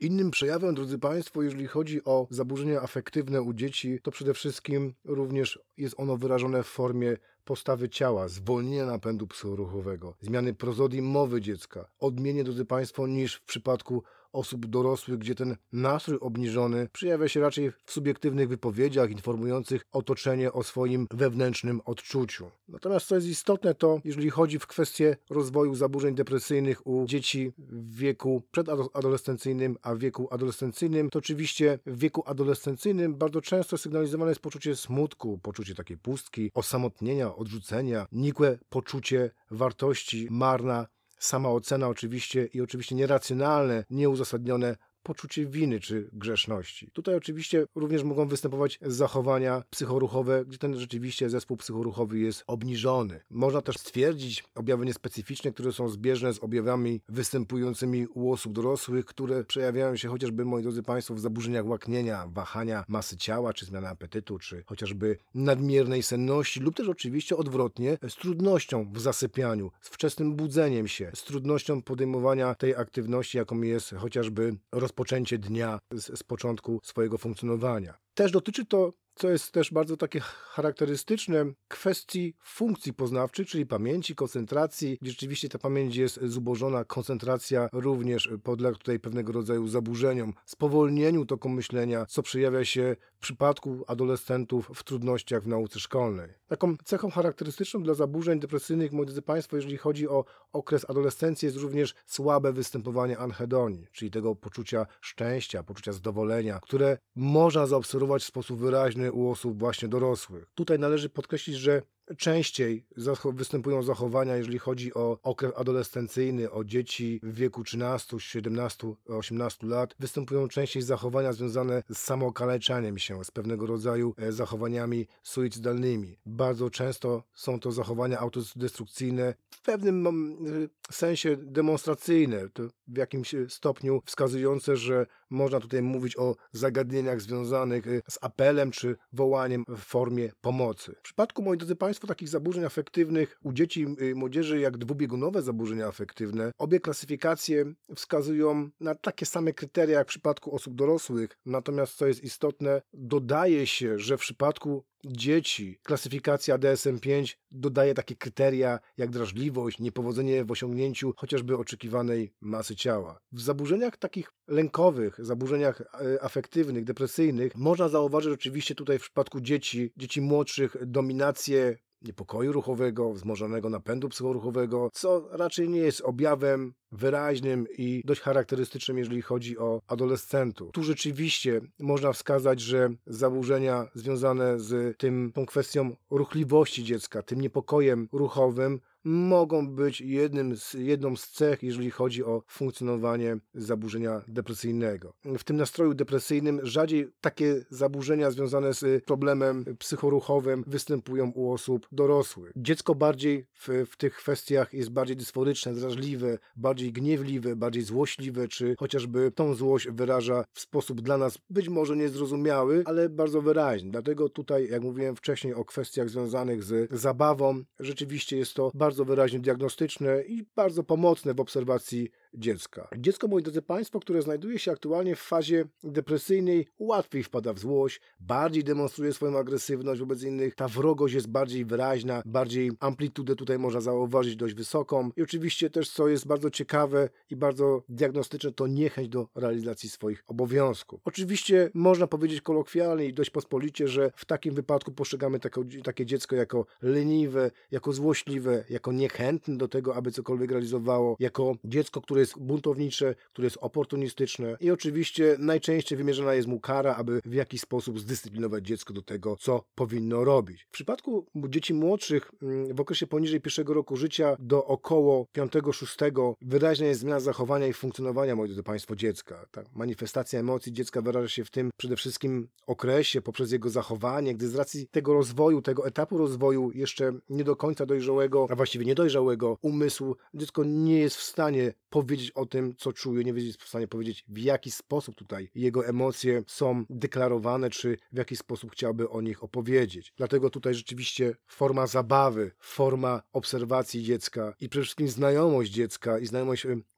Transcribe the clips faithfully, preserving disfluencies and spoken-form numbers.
Innym przejawem, drodzy Państwo, jeżeli chodzi o zaburzenia afektywne u dzieci, to przede wszystkim również jest ono wyrażone w formie postawy ciała, zwolnienia napędu psychoruchowego, zmiany prozodii mowy dziecka, odmiennie, drodzy Państwo, niż w przypadku osób dorosłych, gdzie ten nastrój obniżony przejawia się raczej w subiektywnych wypowiedziach informujących otoczenie o swoim wewnętrznym odczuciu. Natomiast co jest istotne, to jeżeli chodzi w kwestię rozwoju zaburzeń depresyjnych u dzieci w wieku przedadolescencyjnym, a w wieku adolescencyjnym, to oczywiście w wieku adolescencyjnym bardzo często sygnalizowane jest poczucie smutku, poczucie takiej pustki, osamotnienia, odrzucenia, nikłe poczucie wartości, marna samoocena oczywiście i oczywiście nieracjonalne, nieuzasadnione poczucie winy czy grzeszności. Tutaj oczywiście również mogą występować zachowania psychoruchowe, gdzie ten rzeczywiście zespół psychoruchowy jest obniżony. Można też stwierdzić objawy niespecyficzne, które są zbieżne z objawami występującymi u osób dorosłych, które przejawiają się chociażby, moi drodzy Państwo, w zaburzeniach łaknienia, wahania masy ciała, czy zmiany apetytu, czy chociażby nadmiernej senności, lub też oczywiście odwrotnie z trudnością w zasypianiu, z wczesnym budzeniem się, z trudnością podejmowania tej aktywności, jaką jest chociażby rozpoczęcie dnia z, z początku swojego funkcjonowania. Też dotyczy to, co jest też bardzo takie charakterystyczne, kwestii funkcji poznawczych, czyli pamięci, koncentracji, gdzie rzeczywiście ta pamięć jest zubożona, koncentracja również podlega tutaj pewnego rodzaju zaburzeniom, spowolnieniu toku myślenia, co przejawia się w przypadku adolescentów w trudnościach w nauce szkolnej. Taką cechą charakterystyczną dla zaburzeń depresyjnych, moi drodzy Państwo, jeżeli chodzi o okres adolescencji, jest również słabe występowanie anhedonii, czyli tego poczucia szczęścia, poczucia zadowolenia, które można zaobserwować w sposób wyraźny u osób właśnie dorosłych. Tutaj należy podkreślić, że częściej występują zachowania, jeżeli chodzi o okres adolescencyjny, o dzieci w wieku trzynastu, siedemnastu, osiemnastu lat. Występują częściej zachowania związane z samookaleczaniem się, z pewnego rodzaju zachowaniami suicydalnymi. Bardzo często są to zachowania autodestrukcyjne, w pewnym sensie demonstracyjne, to w jakimś stopniu wskazujące, że można tutaj mówić o zagadnieniach związanych z apelem czy wołaniem w formie pomocy. W przypadku, moi drodzy Państwo, takich zaburzeń afektywnych u dzieci i młodzieży jak dwubiegunowe zaburzenia afektywne, obie klasyfikacje wskazują na takie same kryteria jak w przypadku osób dorosłych, natomiast co jest istotne, dodaje się, że w przypadku dzieci klasyfikacja D S M pięć dodaje takie kryteria jak drażliwość, niepowodzenie w osiągnięciu chociażby oczekiwanej masy ciała. W zaburzeniach takich lękowych, zaburzeniach afektywnych, depresyjnych można zauważyć oczywiście tutaj w przypadku dzieci, dzieci młodszych dominację niepokoju ruchowego, wzmożonego napędu psychoruchowego, co raczej nie jest objawem wyraźnym i dość charakterystycznym, jeżeli chodzi o adolescentów. Tu rzeczywiście można wskazać, że zaburzenia związane z tym, tą kwestią ruchliwości dziecka, tym niepokojem ruchowym mogą być jednym z, jedną z cech, jeżeli chodzi o funkcjonowanie zaburzenia depresyjnego. W tym nastroju depresyjnym rzadziej takie zaburzenia związane z problemem psychoruchowym występują u osób dorosłych. Dziecko bardziej w, w tych kwestiach jest bardziej dysforyczne, drażliwe, bardziej gniewliwe, bardziej złośliwe, czy chociażby tą złość wyraża w sposób dla nas być może niezrozumiały, ale bardzo wyraźny. Dlatego tutaj, jak mówiłem wcześniej o kwestiach związanych z zabawą, rzeczywiście jest to bardzo bardzo wyraźnie diagnostyczne i bardzo pomocne w obserwacji dziecka. Dziecko, moi drodzy Państwo, które znajduje się aktualnie w fazie depresyjnej, łatwiej wpada w złość, bardziej demonstruje swoją agresywność wobec innych, ta wrogość jest bardziej wyraźna, bardziej amplitudę tutaj można zauważyć dość wysoką i oczywiście też, co jest bardzo ciekawe i bardzo diagnostyczne, to niechęć do realizacji swoich obowiązków. Oczywiście można powiedzieć kolokwialnie i dość pospolicie, że w takim wypadku postrzegamy takie, takie dziecko jako leniwe, jako złośliwe, jako niechętne do tego, aby cokolwiek realizowało, jako dziecko, które jest buntownicze, które jest oportunistyczne i oczywiście najczęściej wymierzona jest mu kara, aby w jakiś sposób zdyscyplinować dziecko do tego, co powinno robić. W przypadku dzieci młodszych w okresie poniżej pierwszego roku życia do około piątego, szóstego wyraźna jest zmiana zachowania i funkcjonowania, moi drodzy Państwo, dziecka. Ta manifestacja emocji dziecka wyraża się w tym przede wszystkim okresie, poprzez jego zachowanie, gdy z racji tego rozwoju, tego etapu rozwoju jeszcze nie do końca dojrzałego, a właściwie niedojrzałego umysłu, dziecko nie jest w stanie powiedzieć o tym, co czuje, nie jest w stanie powiedzieć, w jaki sposób tutaj jego emocje są deklarowane, czy w jaki sposób chciałby o nich opowiedzieć. Dlatego tutaj rzeczywiście forma zabawy, forma obserwacji dziecka i przede wszystkim znajomość dziecka i znajomość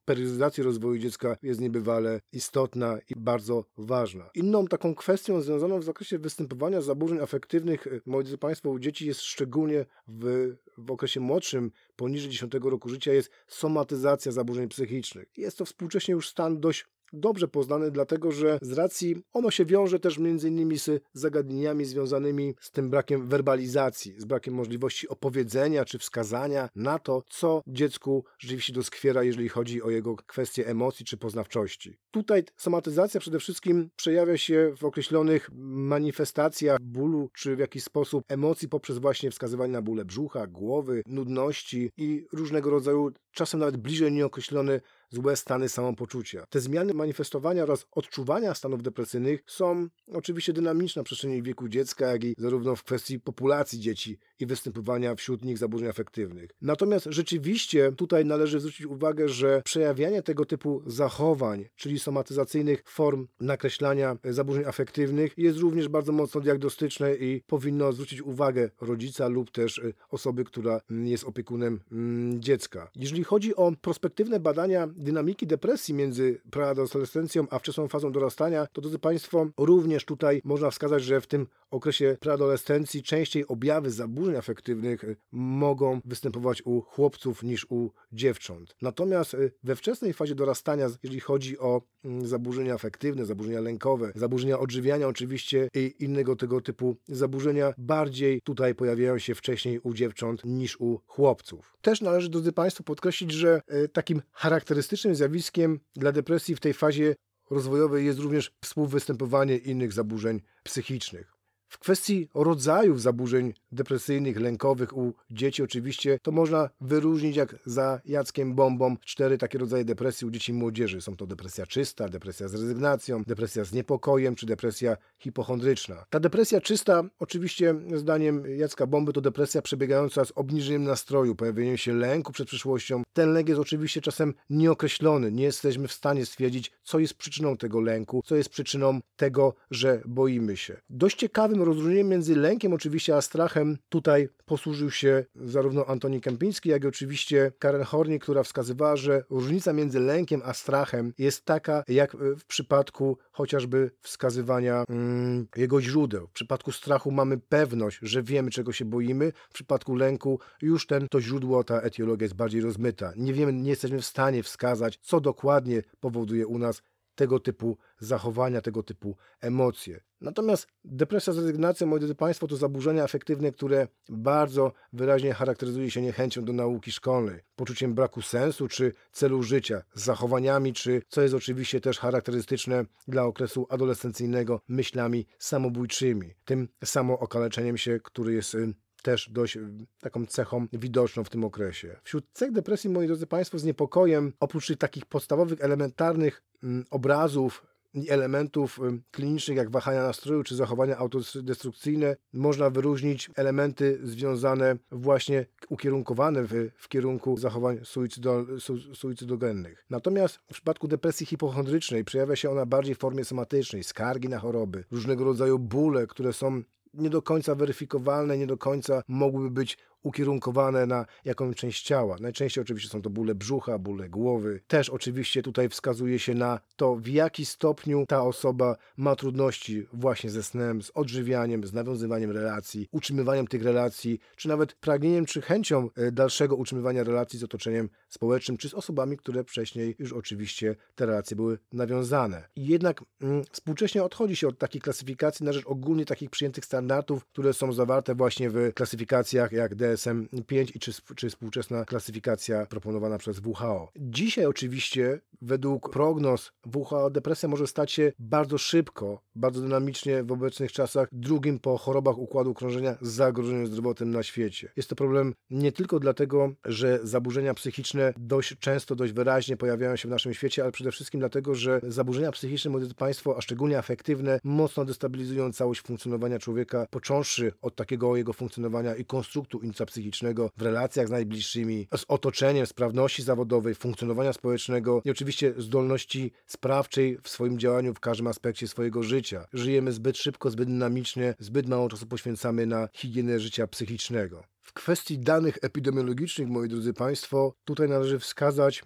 periodyzacji rozwoju dziecka jest niebywale istotna i bardzo ważna. Inną taką kwestią związaną w zakresie występowania zaburzeń afektywnych, moi drodzy Państwo, u dzieci jest szczególnie w, w okresie młodszym, poniżej dziesiątego roku życia, jest somatyzacja zaburzeń psychicznych. Jest to współcześnie już stan dość dobrze poznany, dlatego że z racji ono się wiąże też między innymi z zagadnieniami związanymi z tym brakiem werbalizacji, z brakiem możliwości opowiedzenia czy wskazania na to, co dziecku rzeczywiście doskwiera, jeżeli chodzi o jego kwestie emocji czy poznawczości. Tutaj somatyzacja przede wszystkim przejawia się w określonych manifestacjach bólu czy w jakiś sposób emocji poprzez właśnie wskazywanie na bóle brzucha, głowy, nudności i różnego rodzaju, czasem nawet bliżej nieokreślone złe stany samopoczucia. Te zmiany manifestowania oraz odczuwania stanów depresyjnych są oczywiście dynamiczne na przestrzeni wieku dziecka, jak i zarówno w kwestii populacji dzieci i występowania wśród nich zaburzeń afektywnych. Natomiast rzeczywiście tutaj należy zwrócić uwagę, że przejawianie tego typu zachowań, czyli somatyzacyjnych form nakreślania zaburzeń afektywnych, jest również bardzo mocno diagnostyczne i powinno zwrócić uwagę rodzica lub też osoby, która jest opiekunem dziecka. Jeżeli chodzi o prospektywne badania dynamiki depresji między preadolescencją a wczesną fazą dorastania, to drodzy Państwo, również tutaj można wskazać, że w tym okresie preadolescencji częściej objawy zaburzeń afektywnych mogą występować u chłopców niż u dziewcząt. Natomiast we wczesnej fazie dorastania, jeżeli chodzi o zaburzenia afektywne, zaburzenia lękowe, zaburzenia odżywiania oczywiście i innego tego typu zaburzenia, bardziej tutaj pojawiają się wcześniej u dziewcząt niż u chłopców. Też należy, drodzy Państwo, podkreślić, że takim charakterystycznym zjawiskiem dla depresji w tej fazie rozwojowej jest również współwystępowanie innych zaburzeń psychicznych. W kwestii rodzajów zaburzeń depresyjnych, lękowych u dzieci oczywiście to można wyróżnić jak za Jackiem Bombą cztery takie rodzaje depresji u dzieci i młodzieży. Są to depresja czysta, depresja z rezygnacją, depresja z niepokojem czy depresja hipochondryczna. Ta depresja czysta oczywiście zdaniem Jacka Bomby to depresja przebiegająca z obniżeniem nastroju, pojawieniem się lęku przed przyszłością. Ten lęk jest oczywiście czasem nieokreślony. Nie jesteśmy w stanie stwierdzić, co jest przyczyną tego lęku, co jest przyczyną tego, że boimy się. Dość ciekawym rozróżnieniem między lękiem oczywiście a strachem tutaj posłużył się zarówno Antoni Kępiński, jak i oczywiście Karen Horney, która wskazywała, że różnica między lękiem a strachem jest taka jak w przypadku chociażby wskazywania mm, jego źródeł. W przypadku strachu mamy pewność, że wiemy, czego się boimy. W przypadku lęku już ten, to źródło, ta etiologia jest bardziej rozmyta. Nie wiemy, nie jesteśmy w stanie wskazać, co dokładnie powoduje u nas tego typu zachowania, tego typu emocje. Natomiast depresja z rezygnacją, moi drodzy Państwo, to zaburzenia afektywne, które bardzo wyraźnie charakteryzuje się niechęcią do nauki szkolnej, poczuciem braku sensu czy celu życia, z zachowaniami, czy, co jest oczywiście też charakterystyczne dla okresu adolescencyjnego, myślami samobójczymi, tym samookaleczeniem się, który jest też dość taką cechą widoczną w tym okresie. Wśród cech depresji, moi drodzy Państwo, z niepokojem, oprócz tych takich podstawowych, elementarnych mm, obrazów i elementów klinicznych, jak wahania nastroju czy zachowania autodestrukcyjne, można wyróżnić elementy związane właśnie, ukierunkowane w, w kierunku zachowań suicydo, su, suicydogennych. Natomiast w przypadku depresji hipochondrycznej przejawia się ona bardziej w formie somatycznej, skargi na choroby, różnego rodzaju bóle, które są nie do końca weryfikowalne, nie do końca mogłyby być ukierunkowane na jakąś część ciała. Najczęściej oczywiście są to bóle brzucha, bóle głowy. Też oczywiście tutaj wskazuje się na to, w jaki stopniu ta osoba ma trudności właśnie ze snem, z odżywianiem, z nawiązywaniem relacji, utrzymywaniem tych relacji, czy nawet pragnieniem, czy chęcią dalszego utrzymywania relacji z otoczeniem społecznym, czy z osobami, które wcześniej już oczywiście te relacje były nawiązane. I jednak mm, współcześnie odchodzi się od takiej klasyfikacji na rzecz ogólnie takich przyjętych standardów, które są zawarte właśnie w klasyfikacjach jak D S M pięć i czy, czy współczesna klasyfikacja proponowana przez W H O. Dzisiaj oczywiście według prognoz W H O depresja może stać się bardzo szybko, bardzo dynamicznie w obecnych czasach drugim po chorobach układu krążenia zagrożeniem zdrowotnym na świecie. Jest to problem nie tylko dlatego, że zaburzenia psychiczne dość często, dość wyraźnie pojawiają się w naszym świecie, ale przede wszystkim dlatego, że zaburzenia psychiczne, drodzy Państwo, a szczególnie afektywne, mocno destabilizują całość funkcjonowania człowieka, począwszy od takiego jego funkcjonowania i konstruktu psychicznego w relacjach z najbliższymi, z otoczeniem, sprawności zawodowej, funkcjonowania społecznego i oczywiście zdolności sprawczej w swoim działaniu w każdym aspekcie swojego życia. Żyjemy zbyt szybko, zbyt dynamicznie, zbyt mało czasu poświęcamy na higienę życia psychicznego. W kwestii danych epidemiologicznych, moi drodzy Państwo, tutaj należy wskazać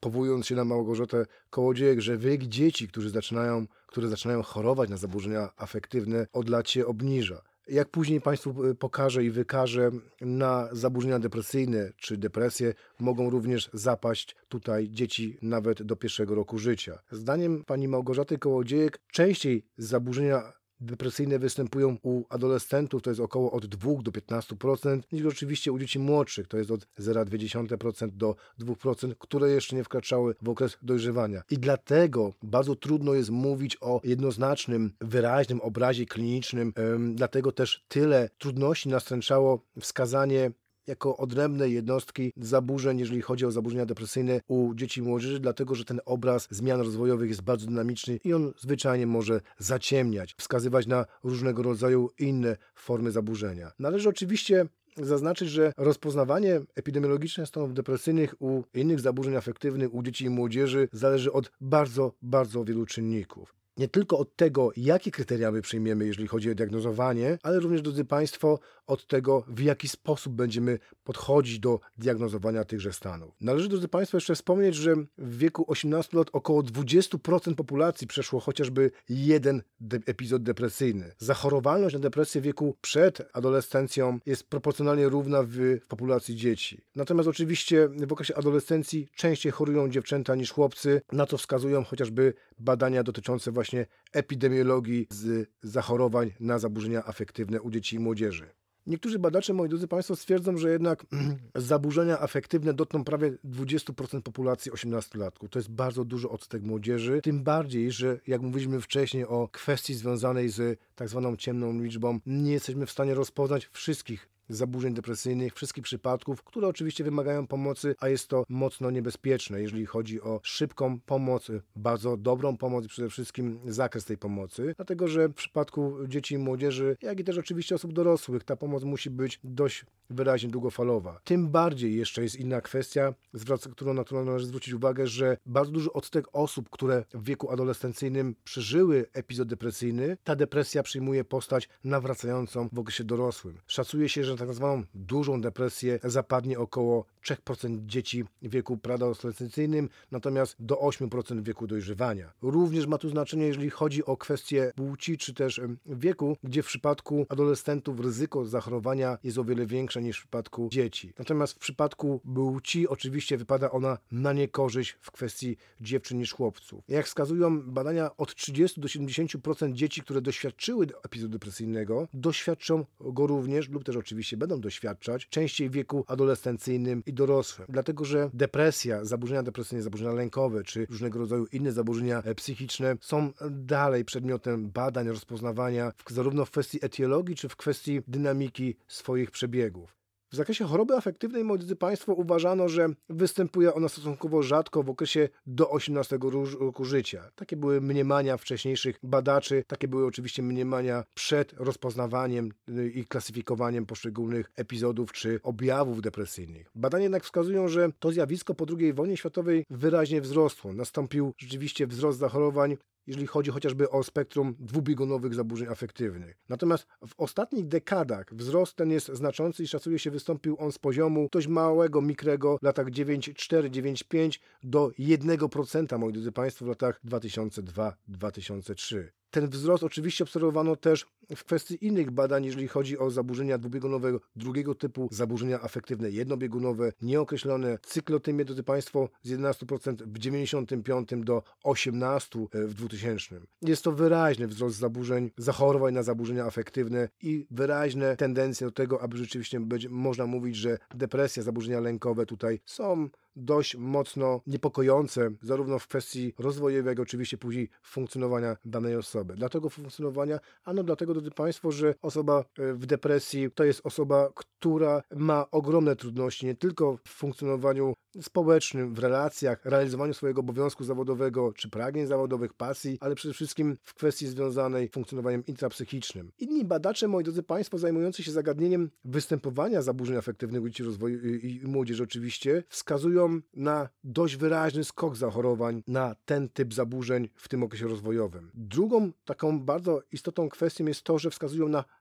powołując się na Małgorzatę Kołodziejek, że wiek dzieci, którzy zaczynają, które zaczynają chorować na zaburzenia afektywne, od lat się obniża. Jak później Państwu pokażę i wykażę, na zaburzenia depresyjne czy depresje mogą również zapaść tutaj dzieci nawet do pierwszego roku życia. Zdaniem pani Małgorzaty Kołodziejek częściej zaburzenia depresyjne występują u adolescentów, to jest około od dwóch do piętnastu procent, niż oczywiście u dzieci młodszych, to jest od zero przecinek dwa procent do dwóch procent, które jeszcze nie wkraczały w okres dojrzewania. I dlatego bardzo trudno jest mówić o jednoznacznym, wyraźnym obrazie klinicznym, ym, dlatego też tyle trudności nastręczało wskazanie jako odrębnej jednostki zaburzeń, jeżeli chodzi o zaburzenia depresyjne u dzieci i młodzieży, dlatego że ten obraz zmian rozwojowych jest bardzo dynamiczny i on zwyczajnie może zaciemniać, wskazywać na różnego rodzaju inne formy zaburzenia. Należy oczywiście zaznaczyć, że rozpoznawanie epidemiologiczne stanów depresyjnych u innych zaburzeń afektywnych u dzieci i młodzieży zależy od bardzo, bardzo wielu czynników. Nie tylko od tego, jakie kryteria my przyjmiemy, jeżeli chodzi o diagnozowanie, ale również, drodzy Państwo, od tego, w jaki sposób będziemy podchodzić do diagnozowania tychże stanów. Należy, drodzy Państwo, jeszcze wspomnieć, że w wieku osiemnastu lat około dwadzieścia procent populacji przeszło chociażby jeden de- epizod depresyjny. Zachorowalność na depresję w wieku przed adolescencją jest proporcjonalnie równa w, w populacji dzieci. Natomiast oczywiście w okresie adolescencji częściej chorują dziewczęta niż chłopcy, na co wskazują chociażby badania dotyczące właśnie właśnie epidemiologii z zachorowań na zaburzenia afektywne u dzieci i młodzieży. Niektórzy badacze, moi drodzy Państwo, stwierdzą, że jednak zaburzenia afektywne dotkną prawie dwadzieścia procent populacji osiemnastolatków. To jest bardzo duży odsetek młodzieży, tym bardziej, że jak mówiliśmy wcześniej o kwestii związanej z tak zwaną ciemną liczbą, nie jesteśmy w stanie rozpoznać wszystkich zaburzeń depresyjnych, wszystkich przypadków, które oczywiście wymagają pomocy, a jest to mocno niebezpieczne, jeżeli chodzi o szybką pomoc, bardzo dobrą pomoc i przede wszystkim zakres tej pomocy, dlatego że w przypadku dzieci i młodzieży, jak i też oczywiście osób dorosłych, ta pomoc musi być dość wyraźnie długofalowa. Tym bardziej jeszcze jest inna kwestia, zwraca, którą, na którą należy zwrócić uwagę, że bardzo duży odsetek osób, które w wieku adolescencyjnym przeżyły epizod depresyjny, ta depresja przyjmuje postać nawracającą w okresie dorosłym. Szacuje się, że na tak zwaną dużą depresję zapadnie około trzy procent dzieci w wieku preadolescencyjnym, natomiast do osiem procent w wieku dojrzewania. Również ma tu znaczenie, jeżeli chodzi o kwestie płci czy też wieku, gdzie w przypadku adolescentów ryzyko zachorowania jest o wiele większe niż w przypadku dzieci. Natomiast w przypadku płci oczywiście wypada ona na niekorzyść w kwestii dziewczyn niż chłopców. Jak wskazują badania, od trzydziestu do siedemdziesięciu procent dzieci, które doświadczyły epizodu depresyjnego, doświadczą go również lub też oczywiście będą doświadczać częściej w wieku adolescencyjnym i dorosłym. Dlatego, że depresja, zaburzenia depresyjne, zaburzenia lękowe czy różnego rodzaju inne zaburzenia psychiczne są dalej przedmiotem badań, rozpoznawania w, zarówno w kwestii etiologii czy w kwestii dynamiki swoich przebiegów. W zakresie choroby afektywnej, moi drodzy Państwo, uważano, że występuje ona stosunkowo rzadko w okresie do osiemnastego roku życia. Takie były mniemania wcześniejszych badaczy, takie były oczywiście mniemania przed rozpoznawaniem i klasyfikowaniem poszczególnych epizodów czy objawów depresyjnych. Badania jednak wskazują, że to zjawisko po drugiej wojnie światowej wyraźnie wzrosło. Nastąpił rzeczywiście wzrost zachorowań, jeżeli chodzi chociażby o spektrum dwubiegunowych zaburzeń afektywnych. Natomiast w ostatnich dekadach wzrost ten jest znaczący i szacuje się, wystąpił on z poziomu dość małego, mikrego w latach dziewięćdziesiątym czwartym do dziewięćdziesiątego piątego do jednego procent, moi drodzy Państwo, w latach dwa tysiące drugi do dwa tysiące trzeciego. Ten wzrost oczywiście obserwowano też w kwestii innych badań, jeżeli chodzi o zaburzenia dwubiegunowego drugiego typu, zaburzenia afektywne jednobiegunowe, nieokreślone, cyklotymię, drodzy Państwo, z jedenastu procent w dziewięćdziesiątym piątym do osiemnastu procent w dwutysięcznym. Jest to wyraźny wzrost zaburzeń, zachorowań na zaburzenia afektywne i wyraźne tendencje do tego, aby rzeczywiście być, można mówić, że depresja, zaburzenia lękowe tutaj są dość mocno niepokojące, zarówno w kwestii rozwojowej, oczywiście później funkcjonowania danej osoby. Dlatego funkcjonowania? Ano dlatego, drodzy Państwo, że osoba w depresji to jest osoba, która ma ogromne trudności nie tylko w funkcjonowaniu społecznym, w relacjach, realizowaniu swojego obowiązku zawodowego czy pragnień zawodowych, pasji, ale przede wszystkim w kwestii związanej z funkcjonowaniem intrapsychicznym. Inni badacze, moi drodzy Państwo, zajmujący się zagadnieniem występowania zaburzeń afektywnych u dzieci rozwoju i młodzieży oczywiście, wskazują na dość wyraźny skok zachorowań na ten typ zaburzeń w tym okresie rozwojowym. Drugą taką bardzo istotną kwestią jest to, że wskazują na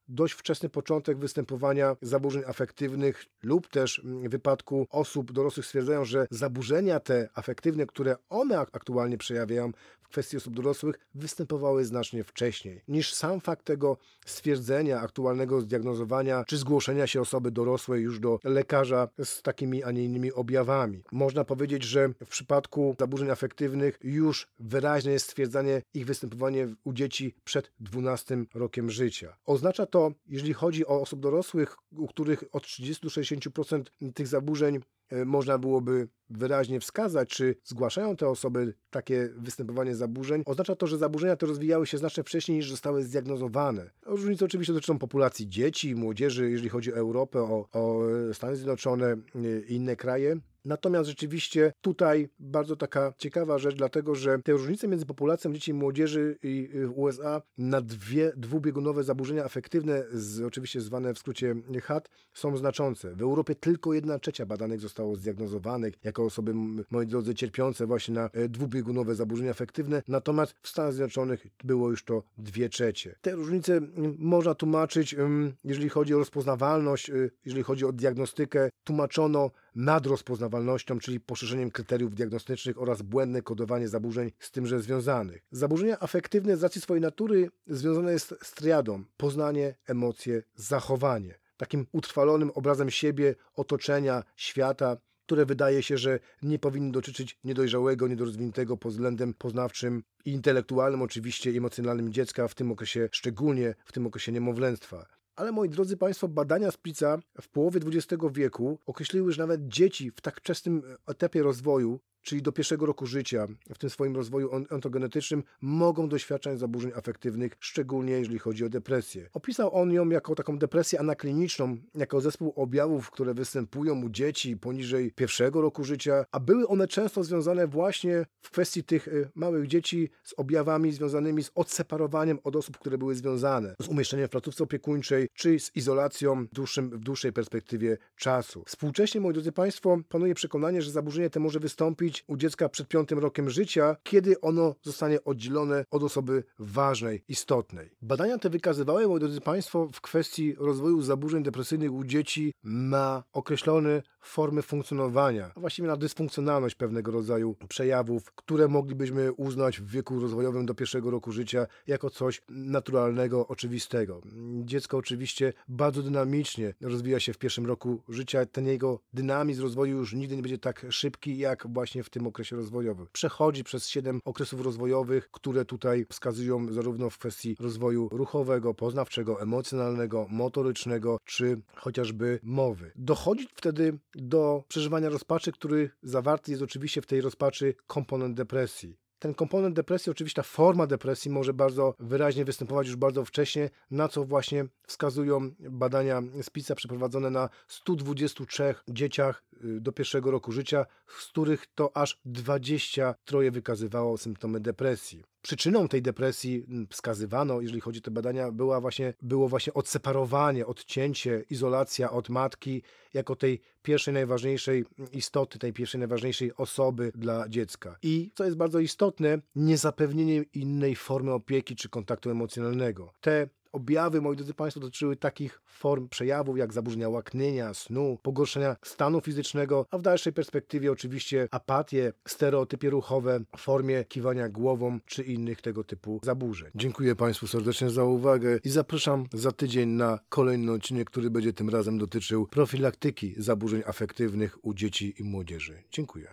dość wczesny początek występowania zaburzeń afektywnych lub też w wypadku osób dorosłych stwierdzają, że zaburzenia te afektywne, które one aktualnie przejawiają w kwestii osób dorosłych, występowały znacznie wcześniej niż sam fakt tego stwierdzenia, aktualnego zdiagnozowania czy zgłoszenia się osoby dorosłej już do lekarza z takimi, a nie innymi objawami. Można powiedzieć, że w przypadku zaburzeń afektywnych już wyraźne jest stwierdzanie ich występowanie u dzieci przed dwunastym rokiem życia. Oznacza to, jeżeli chodzi o osób dorosłych, u których od trzydziestu do sześćdziesięciu procent tych zaburzeń można byłoby wyraźnie wskazać, czy zgłaszają te osoby takie występowanie zaburzeń, oznacza to, że zaburzenia te rozwijały się znacznie wcześniej niż zostały zdiagnozowane. Różnice oczywiście dotyczą populacji dzieci i młodzieży, jeżeli chodzi o Europę, o, o Stany Zjednoczone i inne kraje. Natomiast rzeczywiście tutaj bardzo taka ciekawa rzecz, dlatego że te różnice między populacją dzieci i młodzieży i w U S A na dwie dwubiegunowe zaburzenia afektywne, z, oczywiście zwane w skrócie H A D, są znaczące. W Europie tylko jedna trzecia badanych zostało zdiagnozowanych jako osoby, moi drodzy, cierpiące właśnie na dwubiegunowe zaburzenia afektywne, natomiast w Stanach Zjednoczonych było już to dwie trzecie. Te różnice można tłumaczyć, jeżeli chodzi o rozpoznawalność, jeżeli chodzi o diagnostykę, tłumaczono nadrozpoznawalnością, czyli poszerzeniem kryteriów diagnostycznych oraz błędne kodowanie zaburzeń z tymże związanych. Zaburzenia afektywne z racji swojej natury związane jest z triadą: poznanie, emocje, zachowanie. Takim utrwalonym obrazem siebie, otoczenia, świata, które wydaje się, że nie powinny dotyczyć niedojrzałego, niedorozwiniętego pod względem poznawczym i intelektualnym, oczywiście i emocjonalnym dziecka, w tym okresie, szczególnie w tym okresie niemowlęctwa. Ale moi drodzy Państwo, badania Spitza w połowie dwudziestego wieku określiły, że nawet dzieci w tak wczesnym etapie rozwoju, czyli do pierwszego roku życia, w tym swoim rozwoju ontogenetycznym, mogą doświadczać zaburzeń afektywnych, szczególnie jeżeli chodzi o depresję. Opisał on ją jako taką depresję anakliniczną, jako zespół objawów, które występują u dzieci poniżej pierwszego roku życia, a były one często związane właśnie w kwestii tych małych dzieci z objawami związanymi z odseparowaniem od osób, które były związane, z umieszczeniem w placówce opiekuńczej, czy z izolacją w, dłuższym, w dłuższej perspektywie czasu. Współcześnie, moi drodzy Państwo, panuje przekonanie, że zaburzenie te może wystąpić u dziecka przed piątym rokiem życia, kiedy ono zostanie oddzielone od osoby ważnej, istotnej. Badania te wykazywały, moi drodzy Państwo, w kwestii rozwoju zaburzeń depresyjnych u dzieci na określone formy funkcjonowania, a właściwie na dysfunkcjonalność pewnego rodzaju przejawów, które moglibyśmy uznać w wieku rozwojowym do pierwszego roku życia jako coś naturalnego, oczywistego. Dziecko oczywiście bardzo dynamicznie rozwija się w pierwszym roku życia. Ten jego dynamizm rozwoju już nigdy nie będzie tak szybki, jak właśnie w tym okresie rozwojowym. Przechodzi przez siedem okresów rozwojowych, które tutaj wskazują zarówno w kwestii rozwoju ruchowego, poznawczego, emocjonalnego, motorycznego, czy chociażby mowy. Dochodzi wtedy do przeżywania rozpaczy, który zawarty jest oczywiście w tej rozpaczy komponent depresji. Ten komponent depresji, oczywiście ta forma depresji może bardzo wyraźnie występować już bardzo wcześnie, na co właśnie wskazują badania Spitza przeprowadzone na stu dwudziestu trzech dzieciach do pierwszego roku życia, z których to aż dwadzieścia trzy wykazywało symptomy depresji. Przyczyną tej depresji wskazywano, jeżeli chodzi o te badania, była właśnie, było właśnie odseparowanie, odcięcie, izolacja od matki jako tej pierwszej, najważniejszej istoty, tej pierwszej, najważniejszej osoby dla dziecka. I co jest bardzo istotne, niezapewnienie innej formy opieki czy kontaktu emocjonalnego. Te objawy, moi drodzy Państwo, dotyczyły takich form przejawów jak zaburzenia łaknienia, snu, pogorszenia stanu fizycznego, a w dalszej perspektywie oczywiście apatię, stereotypy ruchowe w formie kiwania głową czy innych tego typu zaburzeń. Dziękuję Państwu serdecznie za uwagę i zapraszam za tydzień na kolejny odcinek, który będzie tym razem dotyczył profilaktyki zaburzeń afektywnych u dzieci i młodzieży. Dziękuję.